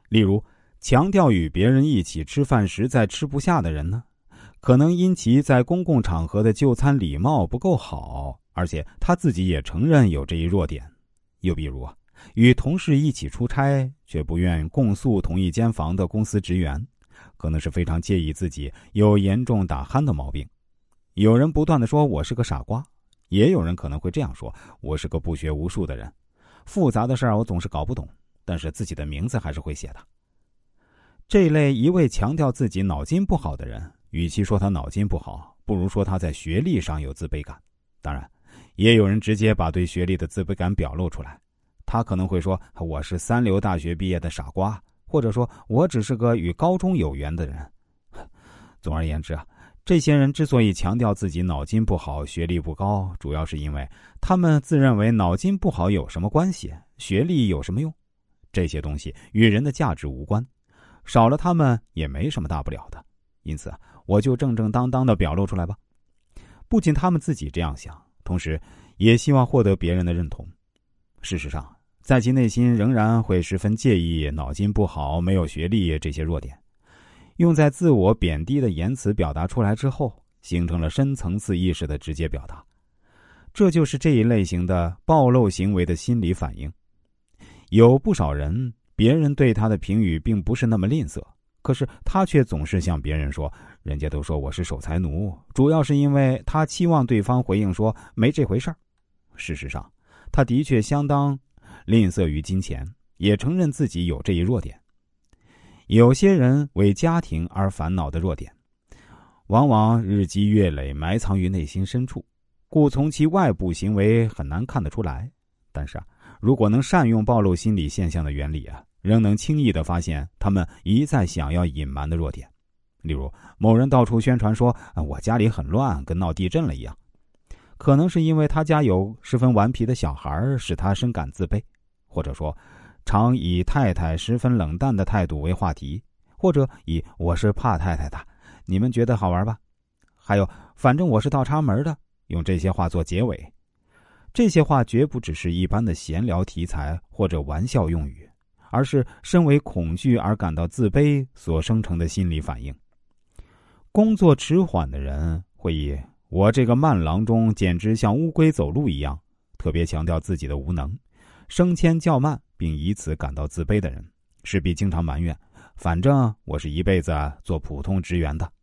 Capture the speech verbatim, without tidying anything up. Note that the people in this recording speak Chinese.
例如，强调与别人一起吃饭实在吃不下的人呢，可能因其在公共场合的就餐礼貌不够好，而且他自己也承认有这一弱点。又比如啊，与同事一起出差却不愿共宿同一间房的公司职员，可能是非常介意自己有严重打鼾的毛病。有人不断地说我是个傻瓜，也有人可能会这样说，我是个不学无术的人，复杂的事儿我总是搞不懂，但是自己的名字还是会写的。这类一味强调自己脑筋不好的人，与其说他脑筋不好，不如说他在学历上有自卑感。当然，也有人直接把对学历的自卑感表露出来，他可能会说我是三流大学毕业的傻瓜，或者说我只是个与高中有缘的人。总而言之啊，这些人之所以强调自己脑筋不好、学历不高，主要是因为他们自认为脑筋不好有什么关系，学历有什么用？这些东西与人的价值无关，少了他们也没什么大不了的。因此我就正正当当地表露出来吧。不仅他们自己这样想，同时也希望获得别人的认同。事实上，在其内心仍然会十分介意脑筋不好、没有学历这些弱点，用在自我贬低的言辞表达出来之后，形成了深层次意识的直接表达。这就是这一类型的暴露行为的心理反应。有不少人，别人对他的评语并不是那么吝啬，可是他却总是向别人说，人家都说我是守财奴，主要是因为他期望对方回应说没这回事儿。事实上，他的确相当吝啬于金钱，也承认自己有这一弱点。有些人为家庭而烦恼的弱点，往往日积月累，埋藏于内心深处，故从其外部行为很难看得出来。但是啊，如果能善用暴露心理现象的原理啊，仍能轻易地发现他们一再想要隐瞒的弱点。例如，某人到处宣传说我家里很乱，跟闹地震了一样，可能是因为他家有十分顽皮的小孩，使他深感自卑，或者说常以太太十分冷淡的态度为话题，或者以我是怕太太的，你们觉得好玩吧？还有反正我是倒插门的，用这些话做结尾。这些话绝不只是一般的闲聊题材或者玩笑用语，而是身为恐惧而感到自卑所生成的心理反应。工作迟缓的人会以我这个慢郎中简直像乌龟走路一样，特别强调自己的无能，升迁较慢，并以此感到自卑的人，势必经常埋怨，反正我是一辈子做普通职员的。